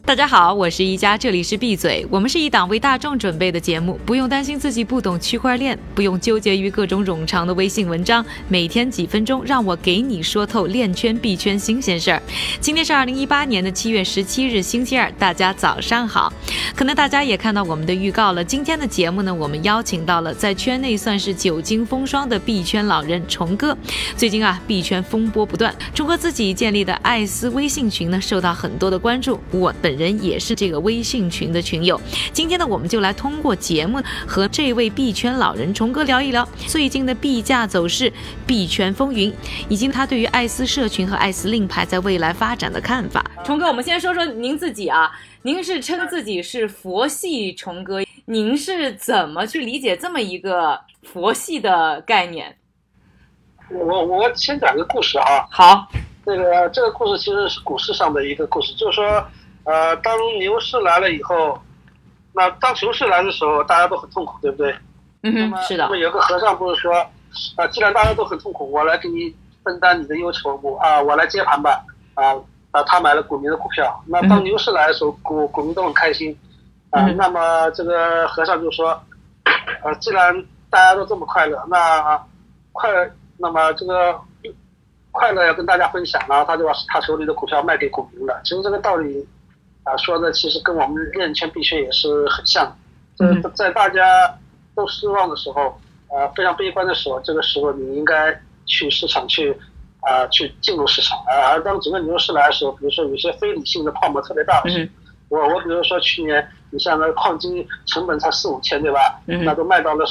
大家好，我是一加，这里是闭嘴。我们是一档为大众准备的节目，不用担心自己不懂区块链，不用纠结于各种冗长的微信文章，每天几分钟，让我给你说透链圈币圈新鲜事儿。今天是2018年的7月17日，星期二，大家早上好。可能大家也看到我们的预告了，今天的节目呢，我们邀请到了在圈内算是久经风霜的币圈老人虫哥。最近币圈风波不断，虫哥自己建立的艾斯微信群呢，受到很多的关注，我本人也是这个微信群的群友。今天呢，我们就来通过节目和这位币圈老人虫哥聊一聊最近的币价走势、币圈风云，以及他对于艾斯社群和艾斯令牌在未来发展的看法。虫哥，我们先说说您自己您是称自己是佛系虫哥，您是怎么去理解这么一个佛系的概念？ 我先讲一个故事好， 这个故事其实是股市上的一个故事，就是说当牛市来了以后，那当熊市来的时候，大家都很痛苦，对不对？ 是的。 那么有个和尚不是说，既然大家都很痛苦，我来给你分担你的忧愁，我来接盘吧，他买了股民的股票。那当牛市来的时候，股民都很开心，那么这个和尚就说，既然大家都这么快乐，那么这个快乐要跟大家分享，然后他就把他手里的股票卖给股民了。其实这个道理说的其实跟我们链圈币圈也是很像的。在大家都失望的时候，非常悲观的时候，这个时候你应该去市场去进入市场。而当整个牛市来的时候，比如说有些非理性的泡沫特别大的时候，我比如说去年你像那个矿机成本才4-5千，对吧？那都卖到了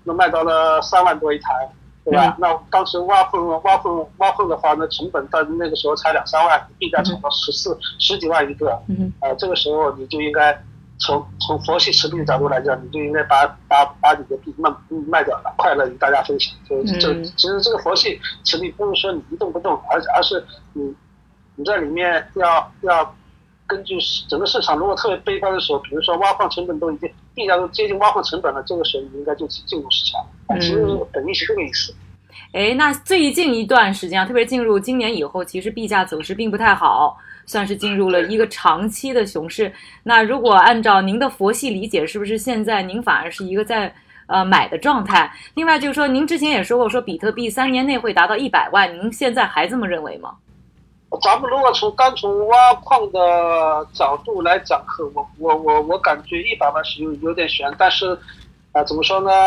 3万多一台，对吧？那当时挖矿的话，那成本到那个时候才2-3万，币价涨到十几万一个。这个时候你就应该从佛系持币的角度来讲，你就应该把你的币卖掉了，快乐与大家分享。其实这个佛系持币不是说你一动不动，而是你在里面要根据整个市场如果特别悲观的时候，比如说挖矿成本都已经币价都接近挖矿成本了，这个时候你应该就进入市场。其实本意是这个意思。 那最近一段时间特别进入今年以后，其实币价走势并不太好，算是进入了一个长期的熊市。那如果按照您的佛系理解，是不是现在您反而是一个在买的状态？另外就是说，您之前也说过，说比特币3年内会达到100万，您现在还这么认为吗？ 咱们如果从挖矿的角度来讲，我感觉100万是有点悬，但是怎么说呢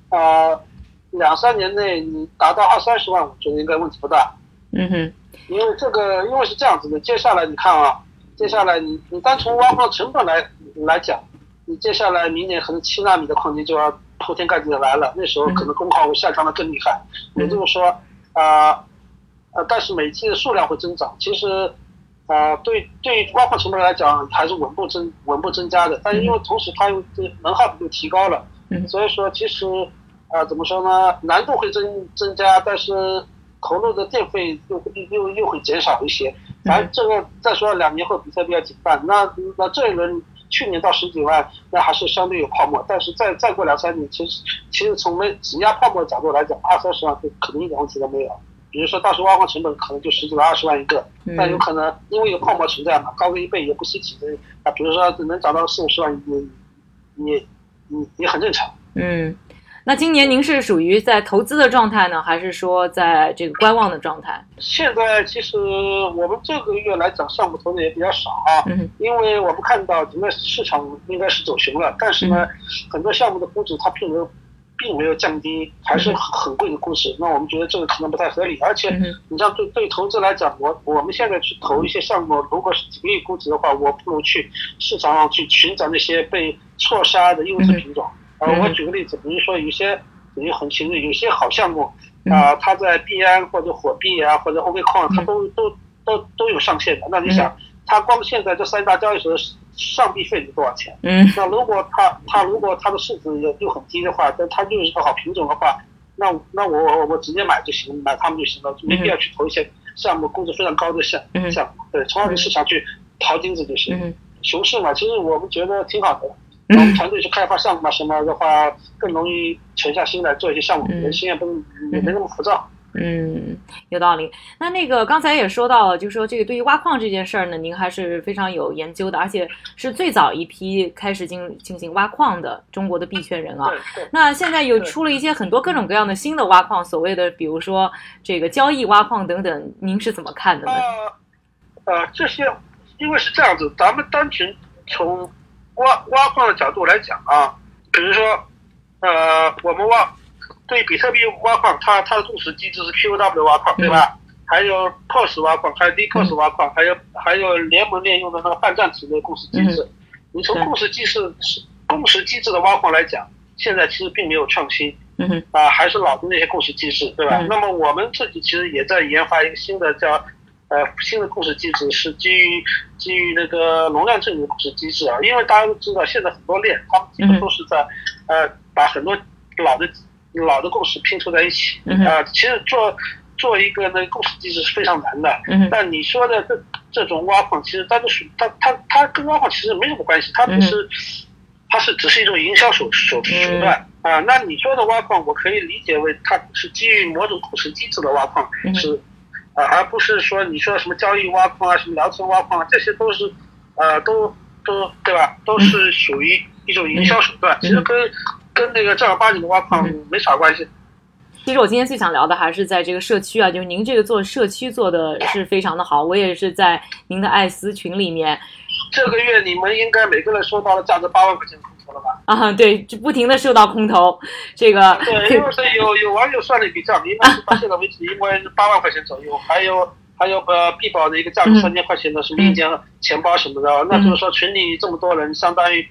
？2-3年内你达到20-30万，我觉得应该问题不大。因为是这样子的，接下来你看接下来你单从挖矿成本来讲，你接下来明年可能7纳米的矿机就要铺天盖地的来了，那时候可能工矿会下降的更厉害。也就是说但是每季的数量会增长，其实对于挖矿成本来讲还是稳步增加的，但是因为同时它又能耗比就提高了，所以说其实怎么说呢，难度会增加，但是投入的电费又会减少一些。反正这个再说2年后比特币要减半，那这一轮去年到10几万，那还是相对有泡沫，但是再过2-3年，其实从挤压泡沫的角度来讲，20-30万可能一点问题都没有。比如说到时候挖矿成本可能就10几万、20万一个，但有可能因为有泡沫存在嘛，高个1倍也不稀奇的。比如说能涨到40-50万，也很正常。 那今年您是属于在投资的状态呢，还是说在这个观望的状态？ 现在其实我们这个月来讲项目投的也比较少因为我们看到整个市场应该是走熊了，但是呢很多项目的估值它并没有降低，还是很贵的估值。那我们觉得这个可能不太合理，而且你像对投资来讲，我们现在去投一些项目，如果是几个亿估值的话，我不如去市场上去寻找那些被错杀的优质品种。我举个例子，比如说有些好项目它在币安或者火币或者 OK 矿，它都有上限的。那你想，它光现在这3大交易所上币费是多少钱？那如果它的市值又很低的话，但它又是个好品种的话，那我直接买就行，买它们就行了，没必要去投一些项目估值非常高的项目。对，从二级市场去淘金子就行。熊市嘛，其实我们觉得挺好的。我们团队去开发项目什么的话，更容易沉下心来做一些项目，人心也没那么浮躁。 有道理。那个刚才也说到了，就是说这个对于挖矿这件事儿呢，您还是非常有研究的，而且是最早一批开始进行挖矿的中国的币圈人啊。那现在又出了一些很多各种各样的新的挖矿，所谓的比如说这个交易挖矿等等，您是怎么看的呢？ 这些因为是这样子，咱们单纯从挖矿的角度来讲啊，比如说我们对比特币挖矿，它的共识机制是 POW 挖矿，对吧？还有 POS 挖矿，还有 DPoS 挖矿，还有联盟链用的那个半站体的共识机制。你从共识机制的挖矿来讲，现在其实并没有创新，还是老的那些共识机制，对吧？那么我们自己其实也在研发一个新的共识机制，是基于那个容量证明的共识机制啊。因为大家都知道，现在很多链他们基本都是在把很多老的共识拼凑在一起其实做一个那个共识机制是非常难的。但你说的这种挖矿，其实它跟挖矿其实没什么关系，它是只是一种营销手段那你说的挖矿，我可以理解为它是基于某种共识机制的挖矿，是而不是说你说什么交易挖矿啊，什么聊天挖矿啊，这些都是都对吧？都是属于一种营销手段，其实跟那个正儿八经的挖矿没啥关系。 其实我今天最想聊的还是在这个社区啊，就是您这个做社区做的是非常的好，我也是在您的艾斯群里面。 这个月你们应该每个人收到了价值8万块钱空投了吧？ 对，就不停的收到空投，这个对，因为是有网友算了一笔账，应该是到现在为止应该是8万块钱左右，还有币宝的一个价值3000块钱的什么硬件钱包什么的，那就是说群里这么多人，相当于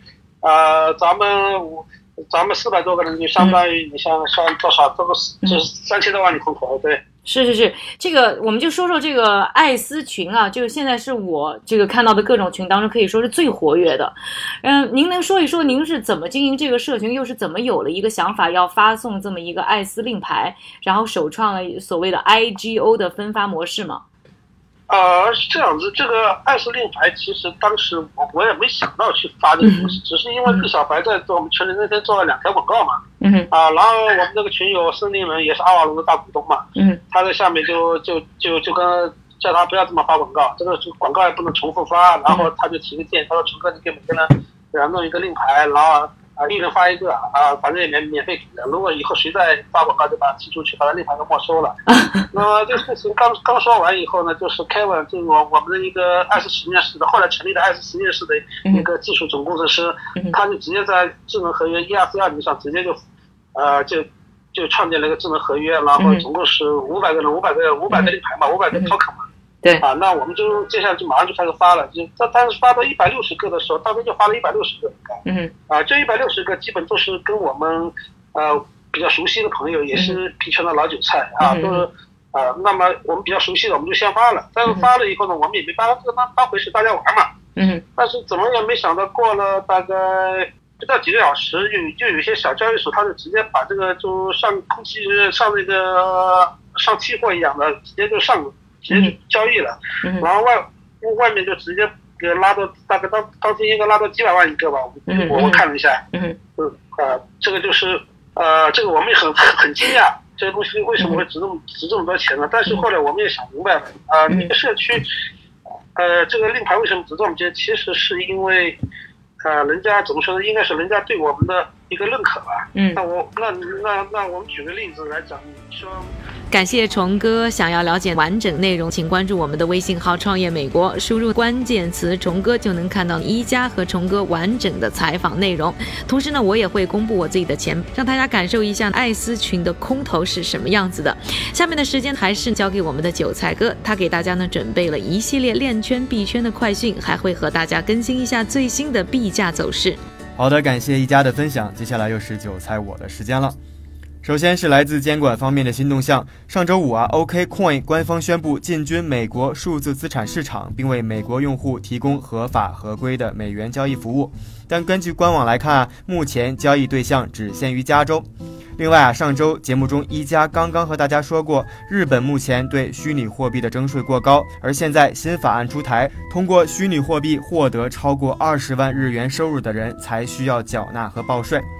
咱们400多个人，就相当于你像多少，这个就是3000多万的空投，对。 是，这个我们就说说这个艾斯群啊，就是现在是我这个看到的各种群当中可以说是最活跃的。您能说一说您是怎么经营这个社群，又是怎么有了一个想法要发送这么一个艾斯令牌，然后首创了所谓的 IGO 的分发模式吗？ 是这样子，这个艾斯令牌其实当时我也没想到去发这个东西，只是因为毕小白在我们群里那天做了2条广告嘛，然后我们这个群友森林人也是阿瓦隆的大股东嘛，他在下面就跟叫他不要这么发广告，这个广告也不能重复发，然后他就提个建议，他说陈哥你给每个人给他弄一个令牌，然后一人发一个反正也免费给的。如果以后谁再发广告，就把它踢出去，把他令牌给没收了。那么这个事情刚说完以后呢，就是 Kevin 就是我们的一个艾斯实验室的后来成立的艾斯实验室的一个技术总工程师，他就直接在智能合约12420上直接就创建了一个智能合约，然后总共是500个人500个令牌嘛，500个 token 嘛。 对那我们就接下来就马上就开始发了，但是发到160个的时候，当时就发了160个。这160个基本都是跟我们比较熟悉的朋友，也是币圈的老韭菜都是那么我们比较熟悉的，我们就先发了。但是发了以后呢，我们也没当回事，大家玩嘛。但是怎么也没想到，过了大概不到几个小时，就有些小交易所，他就直接把这个就上空气上那个上期货一样的，直接就交易了，然后外面就直接给拉到大概当天应该拉到几百万一个吧，我看了一下，这个就是这个我们也很惊讶，这个东西为什么会值这么多钱呢？但是后来我们也想明白了那个社区这个令牌为什么值这么多钱，其实是因为人家怎么说呢？应该是人家对我们的一个认可吧。那我们举个例子来讲，你说。 感谢虫哥，想要了解完整内容，请关注我们的微信号创业美国，输入关键词虫哥就能看到一加和虫哥完整的采访内容。同时呢，我也会公布我自己的钱，让大家感受一下艾斯群的空投是什么样子的。下面的时间还是交给我们的韭菜哥，他给大家呢准备了一系列链圈币圈的快讯，还会和大家更新一下最新的币价走势。 好的，感谢一加的分享，接下来又是韭菜我的时间了。首先是来自监管方面的新动向。上周五OKCoin 官方宣布进军美国数字资产市场，并为美国用户提供合法合规的美元交易服务。但根据官网来看目前交易对象只限于加州。另外上周节目中一加刚刚和大家说过，日本目前对虚拟货币的征税过高，而现在新法案出台，通过虚拟货币获得超过20万日元收入的人才需要缴纳和报税。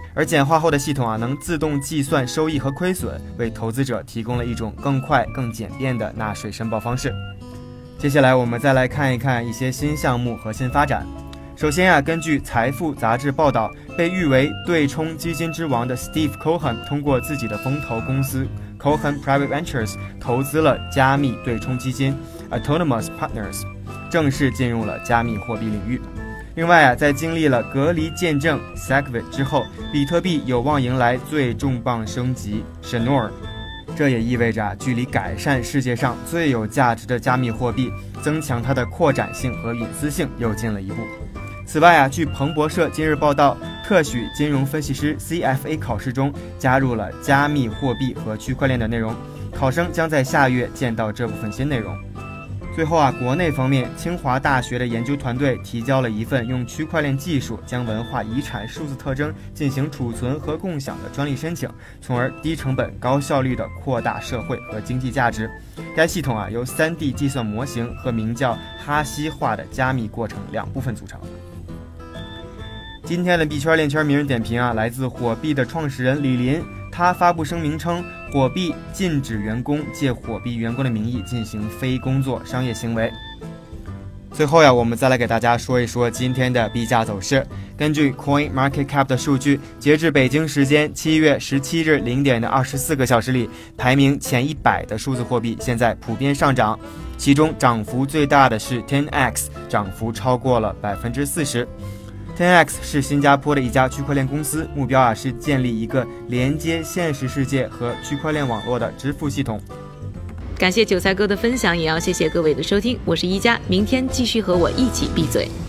而简化后的系统能自动计算收益和亏损，为投资者提供了一种更快、更简便的纳税申报方式。接下来我们再来看一看一些新项目和新发展。首先根据《财富》杂志报道，被誉为对冲基金之王的 Steve Cohen 通过自己的风投公司 Cohen Private Ventures 投资了加密对冲基金 Autonomous Partners， 正式进入了加密货币领域。另外在经历了隔离见证 SegWit 之后，比特币有望迎来最重磅升级 Schnorr。这也意味着距离改善世界上最有价值的加密货币，增强它的扩展性和隐私性又近了一步。此外据彭博社今日报道，特许金融分析师 CFA 考试中加入了加密货币和区块链的内容，考生将在下月见到这部分新内容。最后国内方面，清华大学的研究团队提交了一份用区块链技术将文化遗产数字特征进行储存和共享的专利申请，从而低成本高效率地扩大社会和经济价值。该系统由 3D 计算模型和名叫哈希化的加密过程2部分组成。今天的币圈链圈名人点评来自火币的创始人李林，他发布声明称，火币禁止员工借火币员工的名义进行非工作商业行为。最后我们再来给大家说一说今天的币价走势。根据 CoinMarketCap 的数据，截至北京时间7月17日0点的24个小时里，排名前100的数字货币现在普遍上涨，其中涨幅最大的是 10X， 涨幅超过了 40%。10X 是新加坡的一家区块链公司，目标是建立一个连接现实世界和区块链网络的支付系统。 感谢韭菜哥的分享，也要谢谢各位的收听，我是一加，明天继续和我一起闭嘴。